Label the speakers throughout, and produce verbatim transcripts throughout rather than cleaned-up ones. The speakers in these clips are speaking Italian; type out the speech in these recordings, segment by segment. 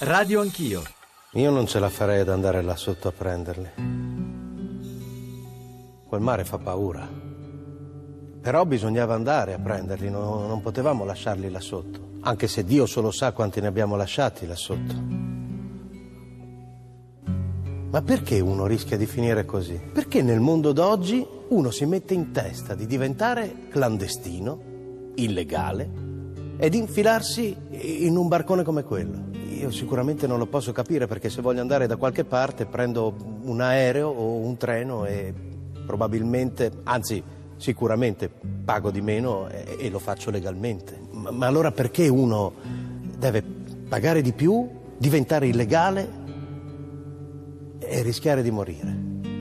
Speaker 1: Radio Anch'io.
Speaker 2: Io non ce la farei ad andare là sotto a prenderli. Quel mare fa paura. Però bisognava andare a prenderli, no, non potevamo lasciarli là sotto. Anche se Dio solo sa quanti ne abbiamo lasciati là sotto. Ma perché uno rischia di finire così? Perché nel mondo d'oggi uno si mette in testa di diventare clandestino, illegale, e di infilarsi in un barcone come quello. Io sicuramente non lo posso capire, perché se voglio andare da qualche parte prendo un aereo o un treno e probabilmente, anzi sicuramente pago di meno e, e lo faccio legalmente. Ma, ma allora perché uno deve pagare di più, diventare illegale e rischiare di morire?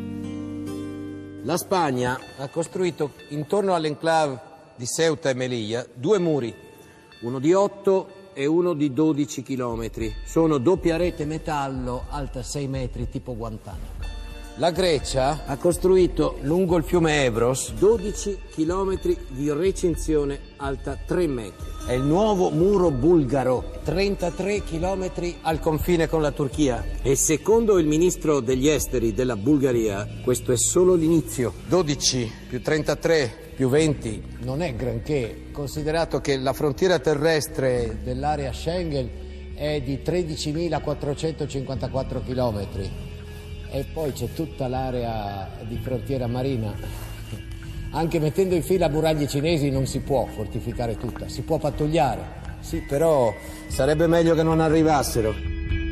Speaker 3: La Spagna ha costruito intorno all'enclave di Ceuta e Melilla due muri, uno di otto e uno di dodici chilometri. Sono doppia rete metallo alta sei metri tipo Guantanamo. La Grecia ha costruito lungo il fiume Evros dodici chilometri di recinzione alta tre metri. È il nuovo muro bulgaro, trentatré chilometri al confine con la Turchia. E secondo il ministro degli esteri della Bulgaria, questo è solo l'inizio. dodici più trentatré più venti non è granché, considerato che la frontiera terrestre dell'area Schengen è di tredicimilaquattrocentocinquantaquattro chilometri e poi c'è tutta l'area di frontiera marina. Anche mettendo in fila muraglie cinesi non si può fortificare tutta, si può pattugliare. Sì, però sarebbe meglio che non arrivassero.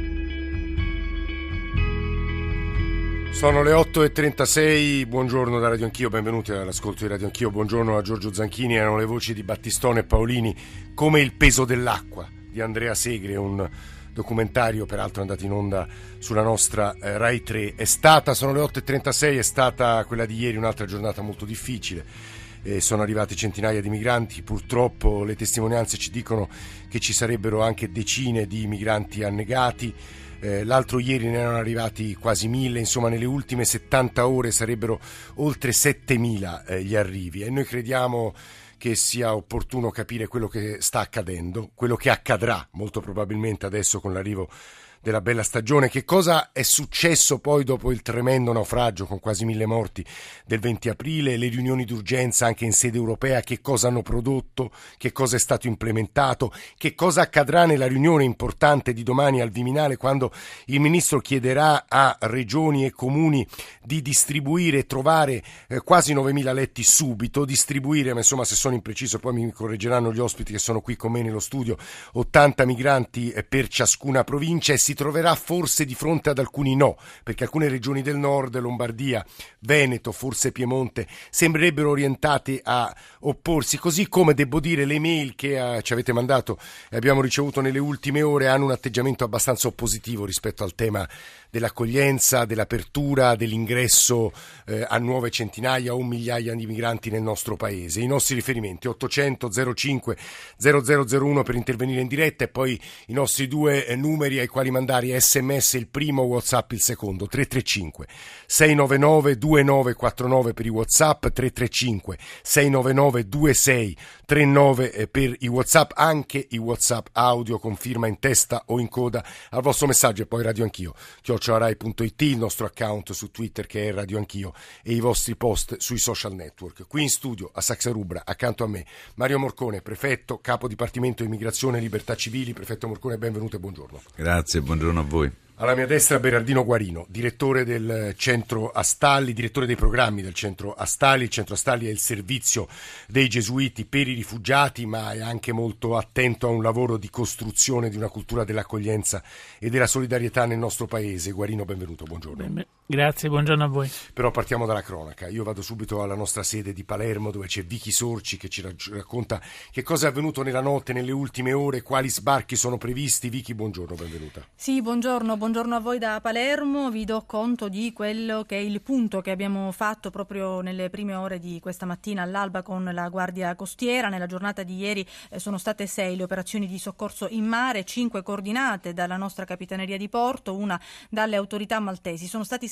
Speaker 4: Sono le otto e trentasei, buongiorno da Radio Anch'io, benvenuti all'ascolto di Radio Anch'io, buongiorno a Giorgio Zanchini. Erano le voci di Battistone e Paolini, Come il peso dell'acqua di Andrea Segre, un documentario peraltro andato in onda sulla nostra eh, Rai tre. È stata, sono le otto e trentasei, è stata quella di ieri un'altra giornata molto difficile. Eh, sono arrivati centinaia di migranti, purtroppo le testimonianze ci dicono che ci sarebbero anche decine di migranti annegati. Eh, l'altro ieri ne erano arrivati quasi mille, insomma nelle ultime settanta ore sarebbero oltre settemila eh, gli arrivi, e noi crediamo che sia opportuno capire quello che sta accadendo, quello che accadrà molto probabilmente adesso con l'arrivo della bella stagione. Che cosa è successo poi dopo il tremendo naufragio con quasi mille morti del venti aprile, le riunioni d'urgenza anche in sede europea, che cosa hanno prodotto, che cosa è stato implementato, che cosa accadrà nella riunione importante di domani al Viminale, quando il ministro chiederà a regioni e comuni di distribuire e trovare eh, quasi novemila letti subito, distribuire, ma insomma se sono impreciso poi mi correggeranno gli ospiti che sono qui con me nello studio, ottanta migranti eh, per ciascuna provincia, e si troverà forse di fronte ad alcuni no, perché alcune regioni del nord, Lombardia, Veneto, forse Piemonte, sembrerebbero orientate a opporsi, così come devo dire le mail che eh, ci avete mandato e abbiamo ricevuto nelle ultime ore hanno un atteggiamento abbastanza oppositivo rispetto al tema dell'accoglienza, dell'apertura, dell'ingresso eh, a nuove centinaia o migliaia di migranti nel nostro paese. I nostri riferimenti ottocento zero cinque zero zero zero uno per intervenire in diretta, e poi i nostri due eh, numeri ai quali mandare sms, il primo, WhatsApp il secondo, tre tre cinque sei nove nove due nove quattro nove per i WhatsApp, tre tre cinque sei nove nove due sei tre nove per i WhatsApp, anche i WhatsApp audio con firma in testa o in coda al vostro messaggio, e poi Radio Anch'io chiocciola rai punto it, il nostro account su Twitter che è Radio Anch'io, e i vostri post sui social network. Qui in studio a Saxa Rubra, accanto a me, Mario Morcone, prefetto, capo dipartimento immigrazione e libertà civili. Prefetto Morcone, benvenuto e buongiorno.
Speaker 5: Grazie, buongiorno a voi.
Speaker 4: Alla mia destra Berardino Guarino, direttore del centro Astalli, direttore dei programmi del centro Astalli. Il centro Astalli è il servizio dei gesuiti per i rifugiati, ma è anche molto attento a un lavoro di costruzione di una cultura dell'accoglienza e della solidarietà nel nostro paese. Guarino, benvenuto, buongiorno.
Speaker 6: Beh, grazie, buongiorno a voi.
Speaker 4: Però partiamo dalla cronaca. Io vado subito alla nostra sede di Palermo, dove c'è Vicky Sorci che ci racconta che cosa è avvenuto nella notte, nelle ultime ore, quali sbarchi sono previsti. Vicky, buongiorno, benvenuta.
Speaker 7: Sì, buongiorno, buongiorno a voi da Palermo. Vi do conto di quello che è il punto che abbiamo fatto proprio nelle prime ore di questa mattina all'alba con la Guardia Costiera. Nella giornata di ieri eh, sono state sei le operazioni di soccorso in mare, cinque coordinate dalla nostra Capitaneria di Porto, una dalle autorità maltesi. Sono stati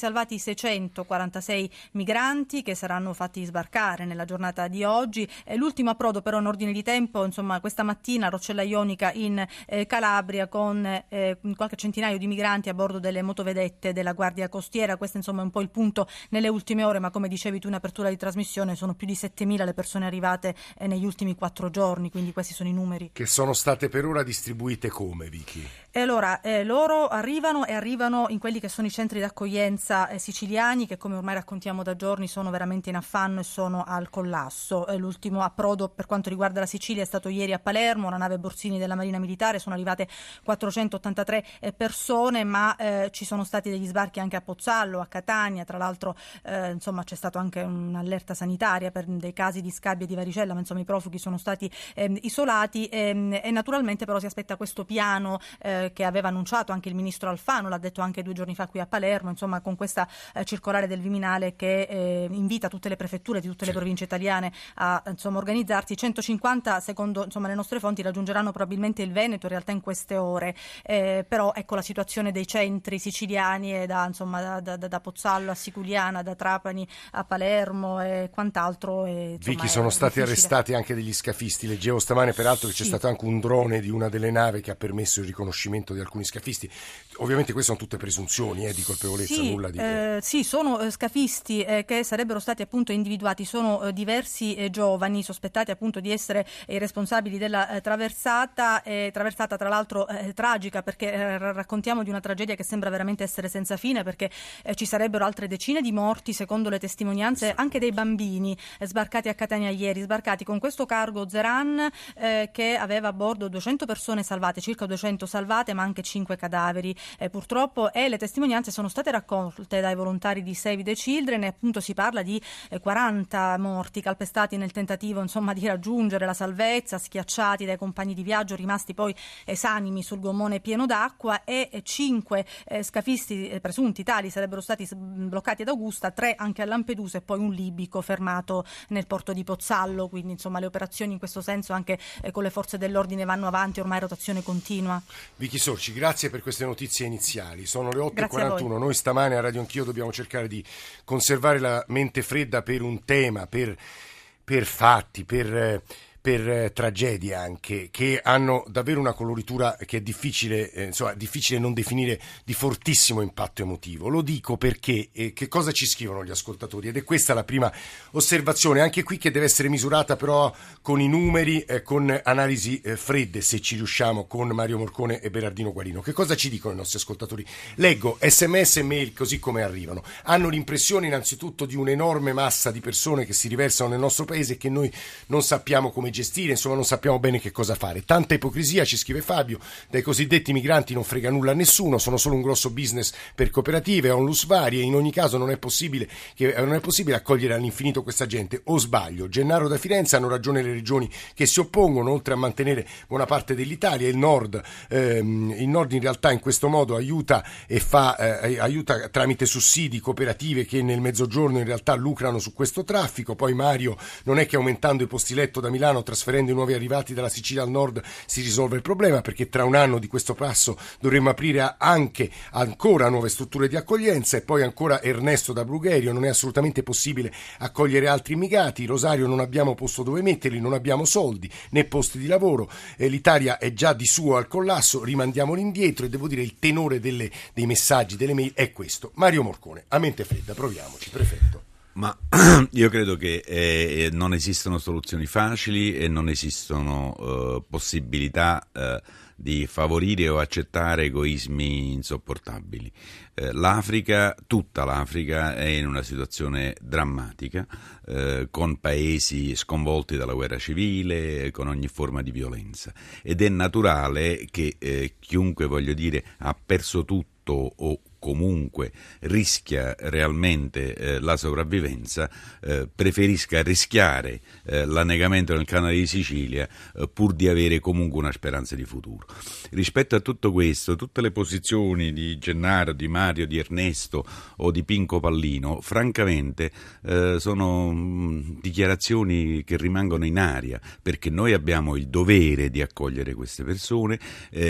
Speaker 7: salvati seicentoquarantasei migranti che saranno fatti sbarcare nella giornata di oggi. Eh, l'ultimo approdo però in ordine di tempo, insomma, questa mattina a Roccella Ionica in eh, Calabria con eh, qualche centinaio di migranti a bordo delle motovedette della Guardia Costiera. Questo insomma è un po' il punto nelle ultime ore, ma come dicevi tu in apertura di trasmissione sono più di settemila le persone arrivate eh, negli ultimi quattro giorni, quindi questi sono i numeri.
Speaker 4: Che sono state per ora distribuite come, Vicky?
Speaker 7: E allora, eh, loro arrivano e arrivano in quelli che sono i centri d'accoglienza eh, siciliani, che come ormai raccontiamo da giorni sono veramente in affanno e sono al collasso. Eh, l'ultimo approdo per quanto riguarda la Sicilia è stato ieri a Palermo, una nave Borsini della Marina Militare, sono arrivate quattrocentottantatré eh, persone, ma eh, ci sono stati degli sbarchi anche a Pozzallo, a Catania, tra l'altro eh, insomma c'è stata anche un'allerta sanitaria per dei casi di scabbia e di varicella, ma insomma i profughi sono stati eh, isolati eh, e naturalmente però si aspetta questo piano eh, che aveva annunciato anche il ministro Alfano, l'ha detto anche due giorni fa qui a Palermo, insomma con questa eh, circolare del Viminale che eh, invita tutte le prefetture di tutte le province italiane a insomma organizzarsi. centocinquanta secondo insomma le nostre fonti raggiungeranno probabilmente il Veneto in realtà in queste ore, eh, però ecco la situazione dei centri siciliani è da, insomma, da, da, da Pozzallo a Siculiana, da Trapani a Palermo e quant'altro. E, insomma,
Speaker 4: Vicky, sono stati
Speaker 7: difficile.
Speaker 4: arrestati anche degli scafisti, leggevo stamane peraltro che
Speaker 7: sì.
Speaker 4: c'è stato anche un drone di una delle navi che ha permesso il riconoscimento di alcuni scafisti. Ovviamente queste sono tutte presunzioni eh, di colpevolezza,
Speaker 7: sì,
Speaker 4: nulla di...
Speaker 7: Eh, sì, sono eh, scafisti eh, che sarebbero stati appunto individuati, sono eh, diversi eh, giovani sospettati appunto di essere i responsabili della eh, traversata, eh, traversata tra l'altro eh, tragica, perché eh, raccontiamo di una tragedia che sembra veramente essere senza fine, perché eh, ci sarebbero altre decine di morti secondo le testimonianze anche dei bambini eh, sbarcati a Catania ieri, sbarcati con questo cargo Zeran eh, che aveva a bordo duecento persone salvate, circa duecento salvate, ma anche cinque cadaveri eh, purtroppo, e le testimonianze sono state raccolte dai volontari di Save the Children e appunto si parla di eh, quaranta morti calpestati nel tentativo insomma di raggiungere la salvezza, schiacciati dai compagni di viaggio rimasti poi esanimi sul gommone pieno d'acqua, e eh, cinque eh, scafisti eh, presunti tali sarebbero stati bloccati ad Augusta, tre anche a Lampedusa e poi un libico fermato nel porto di Pozzallo, quindi insomma le operazioni in questo senso anche eh, con le forze dell'ordine vanno avanti, ormai rotazione continua.
Speaker 4: Vicky Sorci, grazie per queste notizie iniziali. Sono le otto e
Speaker 7: Grazie
Speaker 4: quarantuno. Noi stamane a Radio Anch'io dobbiamo cercare di conservare la mente fredda per un tema, per, per fatti, per... Eh, per eh, tragedie anche, che hanno davvero una coloritura che è difficile, eh, insomma, difficile non definire, di fortissimo impatto emotivo. Lo dico perché, eh, che cosa ci scrivono gli ascoltatori? Ed è questa la prima osservazione, anche qui che deve essere misurata però con i numeri, eh, con analisi eh, fredde, se ci riusciamo, con Mario Morcone e Berardino Guarino. Che cosa ci dicono i nostri ascoltatori? Leggo sms e mail così come arrivano. Hanno l'impressione innanzitutto di un'enorme massa di persone che si riversano nel nostro paese e che noi non sappiamo come gestire, insomma non sappiamo bene che cosa fare. Tanta ipocrisia, ci scrive Fabio, dai cosiddetti migranti non frega nulla a nessuno, sono solo un grosso business per cooperative, onlus varie, in ogni caso non è possibile che, non è possibile accogliere all'infinito questa gente, o sbaglio? Gennaro da Firenze, hanno ragione le regioni che si oppongono, oltre a mantenere buona parte dell'Italia, il nord, ehm, il nord in realtà in questo modo aiuta e fa eh, aiuta tramite sussidi cooperative che nel mezzogiorno in realtà lucrano su questo traffico. Poi Mario, non è che aumentando i posti letto da Milano, trasferendo i nuovi arrivati dalla Sicilia al nord si risolve il problema, perché tra un anno di questo passo dovremmo aprire anche ancora nuove strutture di accoglienza. E poi ancora Ernesto da Brugherio, non è assolutamente possibile accogliere altri immigrati, Rosario non abbiamo posto dove metterli, non abbiamo soldi né posti di lavoro, eh, l'Italia è già di suo al collasso, rimandiamoli indietro. E devo dire il tenore delle, dei messaggi, delle mail è questo. Mario Morcone, a mente fredda, proviamoci, prefetto.
Speaker 1: Ma io credo che eh, non esistono soluzioni facili e non esistono eh, possibilità eh, di favorire o accettare egoismi insopportabili. Eh, L'Africa, tutta l'Africa è in una situazione drammatica, eh, con paesi sconvolti dalla guerra civile, con ogni forma di violenza, ed è naturale che eh, chiunque, voglio dire, ha perso tutto o comunque rischia realmente eh, la sopravvivenza, eh, preferisca rischiare eh, l'annegamento nel canale di Sicilia eh, pur di avere comunque una speranza di futuro. Rispetto a tutto questo, tutte le posizioni di Gennaro, di Mario, di Ernesto o di Pinco Pallino, francamente eh, sono mh, dichiarazioni che rimangono in aria, perché noi abbiamo il dovere di accogliere queste persone, eh,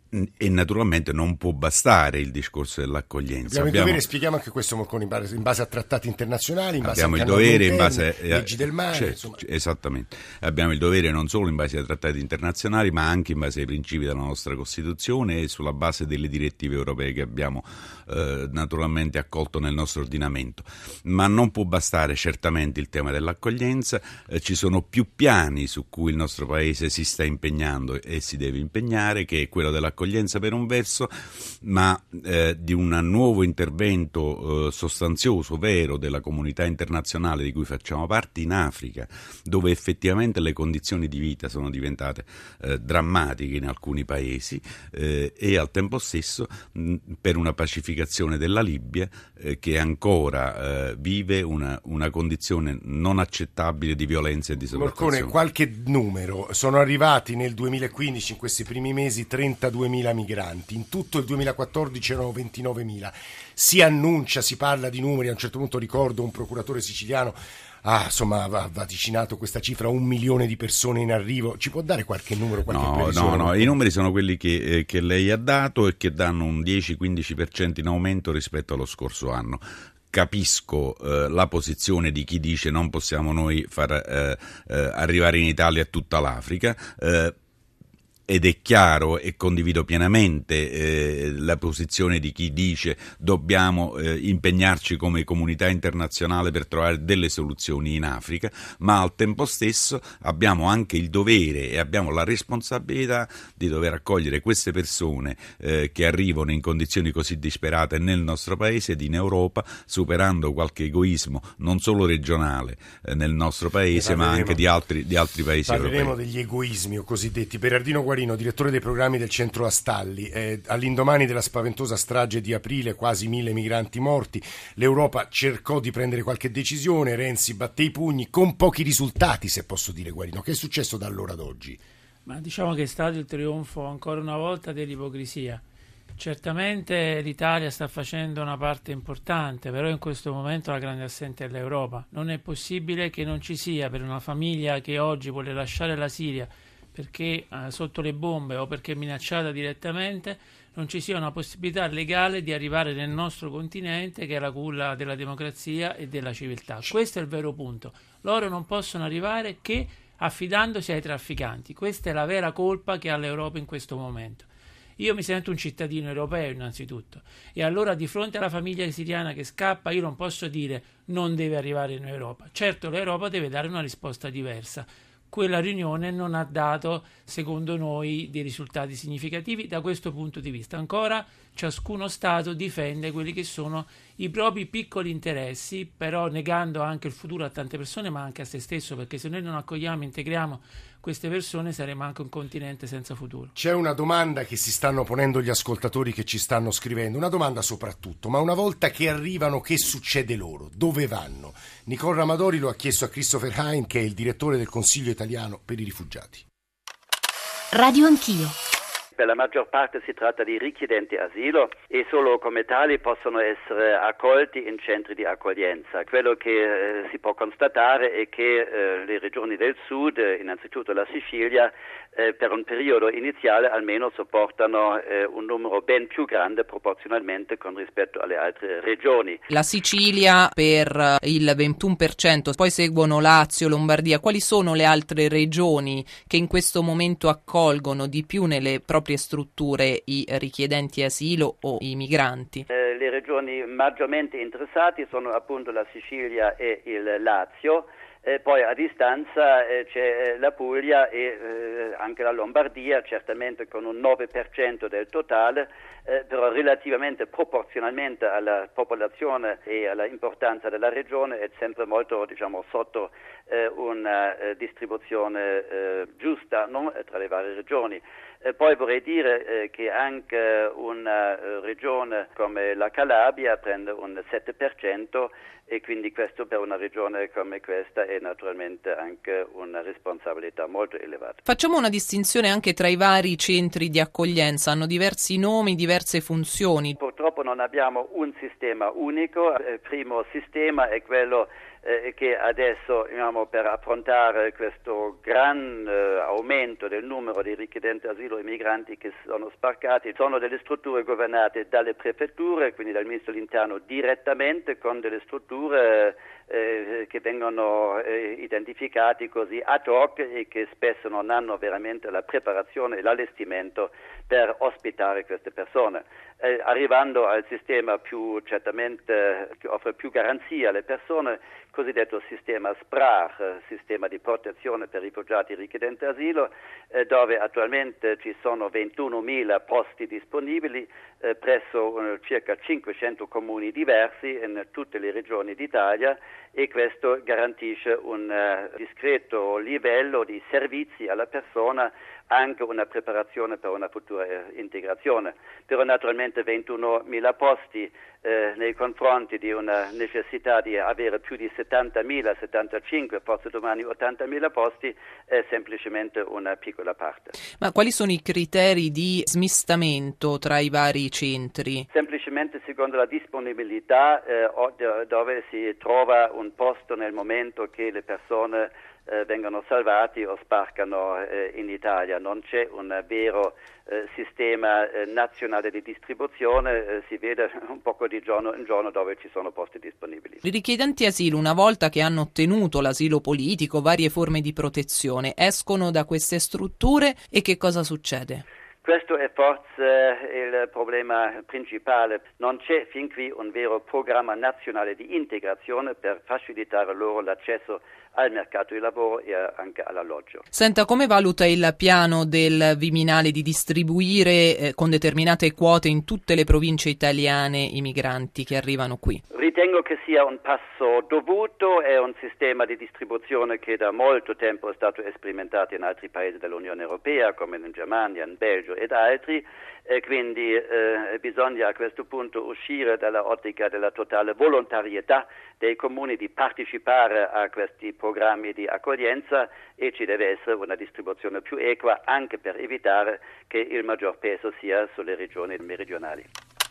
Speaker 1: E naturalmente non può bastare il discorso dell'accoglienza.
Speaker 4: Abbiamo,
Speaker 1: abbiamo
Speaker 4: il dovere, spieghiamo anche questo Morcone, in base, in base a trattati internazionali, in base
Speaker 1: abbiamo
Speaker 4: a
Speaker 1: il dovere in base
Speaker 4: a leggi del mare,
Speaker 1: cioè,
Speaker 4: insomma.
Speaker 1: Esattamente, abbiamo il dovere non solo in base ai trattati internazionali, ma anche in base ai principi della nostra Costituzione e sulla base delle direttive europee che abbiamo eh, naturalmente accolto nel nostro ordinamento. Ma non può bastare certamente il tema dell'accoglienza, eh, ci sono più piani su cui il nostro Paese si sta impegnando e si deve impegnare, che è quello dell'accoglienza per un verso, ma eh, di un nuovo intervento eh, sostanzioso, vero, della comunità internazionale di cui facciamo parte in Africa, dove effettivamente le condizioni di vita sono diventate eh, drammatiche in alcuni paesi eh, e al tempo stesso mh, per una pacificazione della Libia eh, che ancora eh, vive una, una condizione non accettabile di violenza e di sopraffazione.
Speaker 4: Morcone, qualche numero: sono arrivati nel duemilaquindici, in questi primi mesi, trentaduemila migranti. In tutto il duemilaquattordici erano ventinovemila. Si annuncia, si parla di numeri. A un certo punto ricordo un procuratore siciliano ah, insomma, ha vaticinato questa cifra, un milione di persone in arrivo. Ci può dare qualche numero, qualche
Speaker 1: no,
Speaker 4: previsione?
Speaker 1: No, no, i numeri sono quelli che, eh, che lei ha dato e che danno un dieci-quindici per cento in aumento rispetto allo scorso anno. Capisco eh, la posizione di chi dice non possiamo noi far eh, eh, arrivare in Italia tutta l'Africa, eh, ed è chiaro e condivido pienamente eh, la posizione di chi dice dobbiamo eh, impegnarci come comunità internazionale per trovare delle soluzioni in Africa, ma al tempo stesso abbiamo anche il dovere e abbiamo la responsabilità di dover accogliere queste persone eh, che arrivano in condizioni così disperate nel nostro paese ed in Europa, superando qualche egoismo non solo regionale eh, nel nostro paese, ma anche di altri, di altri paesi europei.
Speaker 4: Parleremo degli egoismi o cosiddetti. Berardino Guarino, direttore dei programmi del Centro Astalli, eh, all'indomani della spaventosa strage di aprile, quasi mille migranti morti, l'Europa cercò di prendere qualche decisione, Renzi batté i pugni, con pochi risultati, se posso dire, Guarino. Che è successo da allora ad oggi?
Speaker 6: Ma diciamo che è stato il trionfo ancora una volta dell'ipocrisia. Certamente l'Italia sta facendo una parte importante, però in questo momento la grande assente è l'Europa. Non è possibile che non ci sia, per una famiglia che oggi vuole lasciare la Siria perché eh, sotto le bombe o perché minacciata direttamente, non ci sia una possibilità legale di arrivare nel nostro continente, che è la culla della democrazia e della civiltà. Questo è il vero punto. Loro non possono arrivare che affidandosi ai trafficanti. Questa è la vera colpa che ha l'Europa in questo momento. Io mi sento un cittadino europeo innanzitutto, e allora di fronte alla famiglia siriana che scappa io non posso dire non deve arrivare in Europa. Certo, l'Europa deve dare una risposta diversa. Quella riunione non ha dato, secondo noi, dei risultati significativi da questo punto di vista. Ancora ciascuno Stato difende quelli che sono i propri piccoli interessi, però negando anche il futuro a tante persone, ma anche a se stesso, perché se noi non accogliamo e integriamo queste persone saremo anche un continente senza futuro.
Speaker 4: C'è una domanda che si stanno ponendo gli ascoltatori che ci stanno scrivendo, una domanda soprattutto: ma una volta che arrivano che succede loro? Dove vanno? Nicole Ramadori lo ha chiesto a Christopher Hein, che è il direttore del Consiglio italiano per i rifugiati.
Speaker 5: Radio Anch'io.
Speaker 8: Per la maggior parte si tratta di richiedenti asilo e solo come tali possono essere accolti in centri di accoglienza. Quello che eh, si può constatare è che eh, le regioni del sud, innanzitutto la Sicilia, eh, per un periodo iniziale almeno sopportano eh, un numero ben più grande proporzionalmente con rispetto alle altre regioni.
Speaker 9: La Sicilia per il ventuno per cento, poi seguono Lazio, Lombardia. Quali sono le altre regioni che in questo momento accolgono di più nelle proprie strutture i richiedenti asilo o i migranti?
Speaker 8: Eh, le regioni maggiormente interessate sono appunto la Sicilia e il Lazio. Eh, poi a distanza eh, c'è la Puglia e eh, anche la Lombardia, certamente con un nove per cento del totale, eh, però relativamente proporzionalmente alla popolazione e alla importanza della regione è sempre molto, diciamo, sotto eh, una eh, distribuzione eh, giusta, no? Tra le varie regioni. Eh, poi vorrei dire eh, che anche una eh, regione come la Calabria prende un sette per cento e quindi questo per una regione come questa è naturalmente anche una responsabilità molto elevata.
Speaker 9: Facciamo una distinzione anche tra i vari centri di accoglienza, hanno diversi nomi, diverse funzioni.
Speaker 8: Purtroppo non abbiamo un sistema unico, il primo sistema è quello eh, che adesso diciamo, per affrontare questo gran eh, aumento del numero di richiedenti asilo e migranti che sono sbarcati, sono delle strutture governate dalle prefetture, quindi dal Ministro dell'Interno direttamente, con delle strutture eh, che vengono eh, identificati così ad hoc e che spesso non hanno veramente la preparazione e l'allestimento per ospitare queste persone. Eh, arrivando al sistema più certamente che offre più garanzia alle persone, cosiddetto sistema SPRAR, sistema di protezione per rifugiati richiedenti asilo, eh, dove attualmente ci sono ventunomila posti disponibili eh, presso eh, circa cinquecento comuni diversi in tutte le regioni d'Italia, e questo garantisce un uh, discreto livello di servizi alla persona, anche una preparazione per una futura eh, integrazione. Però naturalmente ventunomila posti eh, nei confronti di una necessità di avere più di settantamila, settantacinque, forse domani ottantamila posti è semplicemente una piccola parte.
Speaker 9: Ma quali sono i criteri di smistamento tra i vari centri?
Speaker 8: Semplicemente secondo la disponibilità eh, dove si trova un posto nel momento che le persone eh, vengono salvati o sbarcano eh, in Italia. Non c'è un vero eh, sistema eh, nazionale di distribuzione, eh, si vede un poco di giorno in giorno dove ci sono posti disponibili.
Speaker 9: I richiedenti asilo, una volta che hanno ottenuto l'asilo politico, varie forme di protezione, escono da queste strutture e che cosa succede?
Speaker 8: Questo è forse il problema principale. Non c'è fin qui un vero programma nazionale di integrazione per facilitare loro l'accesso al mercato di lavoro e anche all'alloggio.
Speaker 9: Senta, come valuta il piano del Viminale di distribuire eh, con determinate quote in tutte le province italiane i migranti che arrivano qui?
Speaker 8: Ritengo che sia un passo dovuto, è un sistema di distribuzione che da molto tempo è stato sperimentato in altri paesi dell'Unione Europea, come in Germania, in Belgio ed altri, e quindi eh, bisogna a questo punto uscire dalla ottica della totale volontarietà dei comuni di partecipare a questi programmi di accoglienza, e ci deve essere una distribuzione più equa anche per evitare che il maggior peso sia sulle regioni meridionali.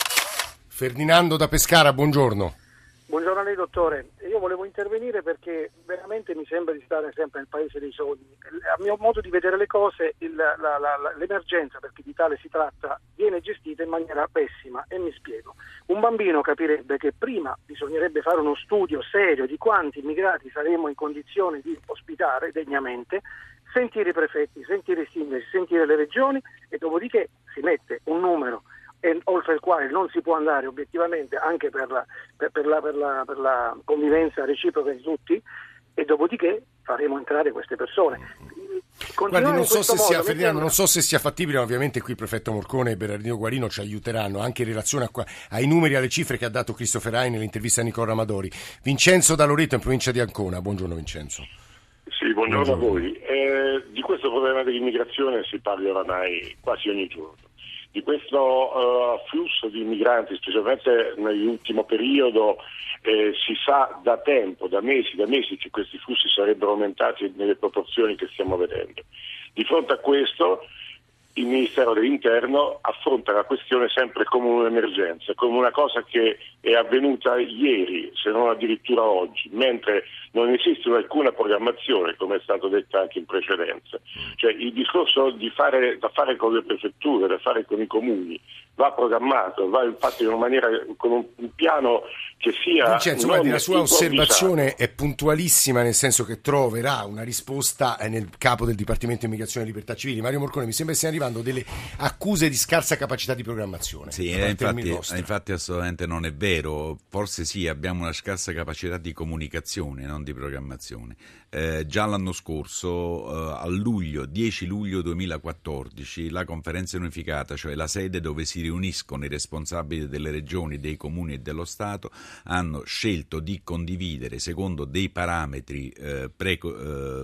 Speaker 4: Ferdinando da Pescara, buongiorno.
Speaker 10: Buongiorno a lei, dottore. Io volevo intervenire perché veramente mi sembra di stare sempre nel paese dei sogni. A mio modo di vedere le cose, il, la, la, la, l'emergenza, perché di tale si tratta, viene gestita in maniera pessima, e mi spiego. Un bambino capirebbe che prima bisognerebbe fare uno studio serio di quanti immigrati saremo in condizione di ospitare degnamente, sentire i prefetti, sentire i sindaci, sentire le regioni, e dopodiché si mette un numero e oltre il quale non si può andare obiettivamente, anche per la, per, per, la, per, la, per la convivenza reciproca di tutti, e dopodiché faremo entrare queste persone.
Speaker 4: Guardi, non so se
Speaker 10: modo,
Speaker 4: sia Ferdinando, non so se sia fattibile, ma ovviamente qui il prefetto Morcone e Bernardino Guarino ci aiuteranno anche in relazione a qua, ai numeri e alle cifre che ha dato Christopher Hai nell'intervista a Nicola Amadori. Vincenzo da Loreto, in provincia di Ancona. Buongiorno Vincenzo.
Speaker 11: Sì, buongiorno, buongiorno. a voi.
Speaker 12: Eh, di questo problema dell'immigrazione si parla oramai quasi ogni giorno. Di questo uh, flusso di migranti, specialmente nell'ultimo periodo, eh, si sa da tempo, da mesi, da mesi che questi flussi sarebbero aumentati nelle proporzioni che stiamo vedendo. Di fronte a questo il Ministero dell'Interno affronta la questione sempre come un'emergenza, come una cosa che è avvenuta ieri, se non addirittura oggi, mentre non esiste alcuna programmazione, come è stato detto anche in precedenza. Cioè il discorso di fare, da fare con le prefetture, da fare con i comuni, va programmato, va fatto in una maniera, con un, un piano che sia...
Speaker 4: Vincenzo, guardi, la sua osservazione è puntualissima, nel senso che troverà una risposta nel capo del Dipartimento di Immigrazione e Libertà Civili. Mario Morcone, mi sembra che stiano arrivando delle accuse di scarsa capacità di programmazione.
Speaker 1: Sì, eh, infatti, infatti assolutamente non è vero. Forse sì, abbiamo una scarsa capacità di comunicazione, non di programmazione. Eh, già l'anno scorso, eh, a luglio, dieci luglio duemilaquattordici, la conferenza unificata, cioè la sede dove si riuniscono i responsabili delle regioni, dei comuni e dello Stato, hanno scelto di condividere, secondo dei parametri eh, pre, eh,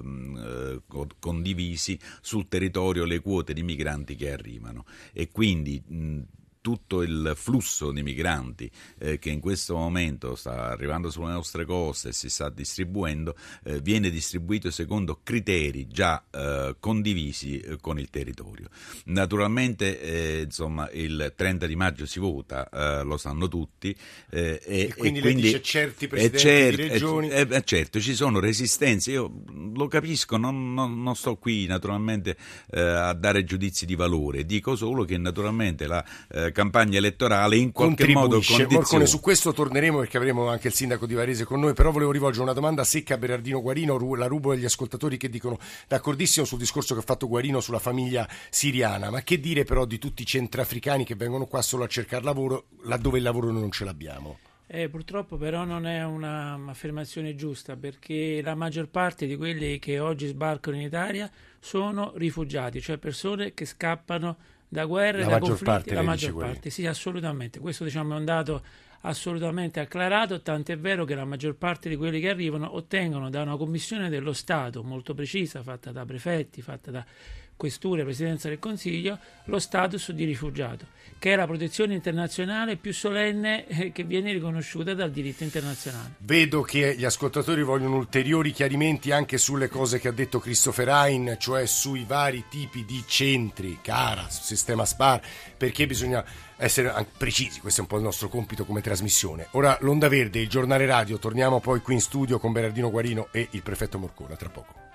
Speaker 1: condivisi sul territorio, le quote di migranti che arrivano, e quindi mh, tutto il flusso di migranti eh, che in questo momento sta arrivando sulle nostre coste e si sta distribuendo eh, viene distribuito secondo criteri già eh, condivisi eh, con il territorio. Naturalmente eh, insomma il trenta di maggio si vota, eh, lo sanno tutti, eh, e,
Speaker 4: e quindi,
Speaker 1: e
Speaker 4: lei
Speaker 1: quindi
Speaker 4: dice certi presidenti
Speaker 1: certo,
Speaker 4: di regioni
Speaker 1: eh, eh, certo ci sono resistenze, io lo capisco, non, non, non sto qui naturalmente eh, a dare giudizi di valore, dico solo che naturalmente la eh, campagna elettorale in qualche modo condiziona.
Speaker 4: Morcone, su questo torneremo perché avremo anche il sindaco di Varese con noi, però volevo rivolgere una domanda secca a Berardino Guarino, la rubo agli ascoltatori che dicono d'accordissimo sul discorso che ha fatto Guarino sulla famiglia siriana, ma che dire però di tutti i centrafricani che vengono qua solo a cercare lavoro laddove il lavoro noi non ce l'abbiamo?
Speaker 6: Eh, purtroppo però non è un'affermazione giusta, perché la maggior parte di quelli che oggi sbarcano in Italia sono rifugiati, cioè persone che scappano da guerre,
Speaker 4: la
Speaker 6: da
Speaker 4: maggior
Speaker 6: conflitti.
Speaker 4: Parte,
Speaker 6: la maggior
Speaker 4: dice
Speaker 6: parte, sì, assolutamente. Questo diciamo è un dato assolutamente acclarato, tant'è vero che la maggior parte di quelli che arrivano ottengono da una commissione dello Stato molto precisa, fatta da prefetti, fatta da questure, presidenza del Consiglio, lo status di rifugiato, che è la protezione internazionale più solenne eh, che viene riconosciuta dal diritto internazionale.
Speaker 4: Vedo che gli ascoltatori vogliono ulteriori chiarimenti anche sulle cose che ha detto Christopher Hein, cioè sui vari tipi di centri, Cara, sistema SPAR, perché bisogna essere anche precisi, questo è un po' il nostro compito come trasmissione. Ora l'Onda Verde, il giornale radio, torniamo poi qui in studio con Berardino Guarino e il prefetto Morcone, tra poco.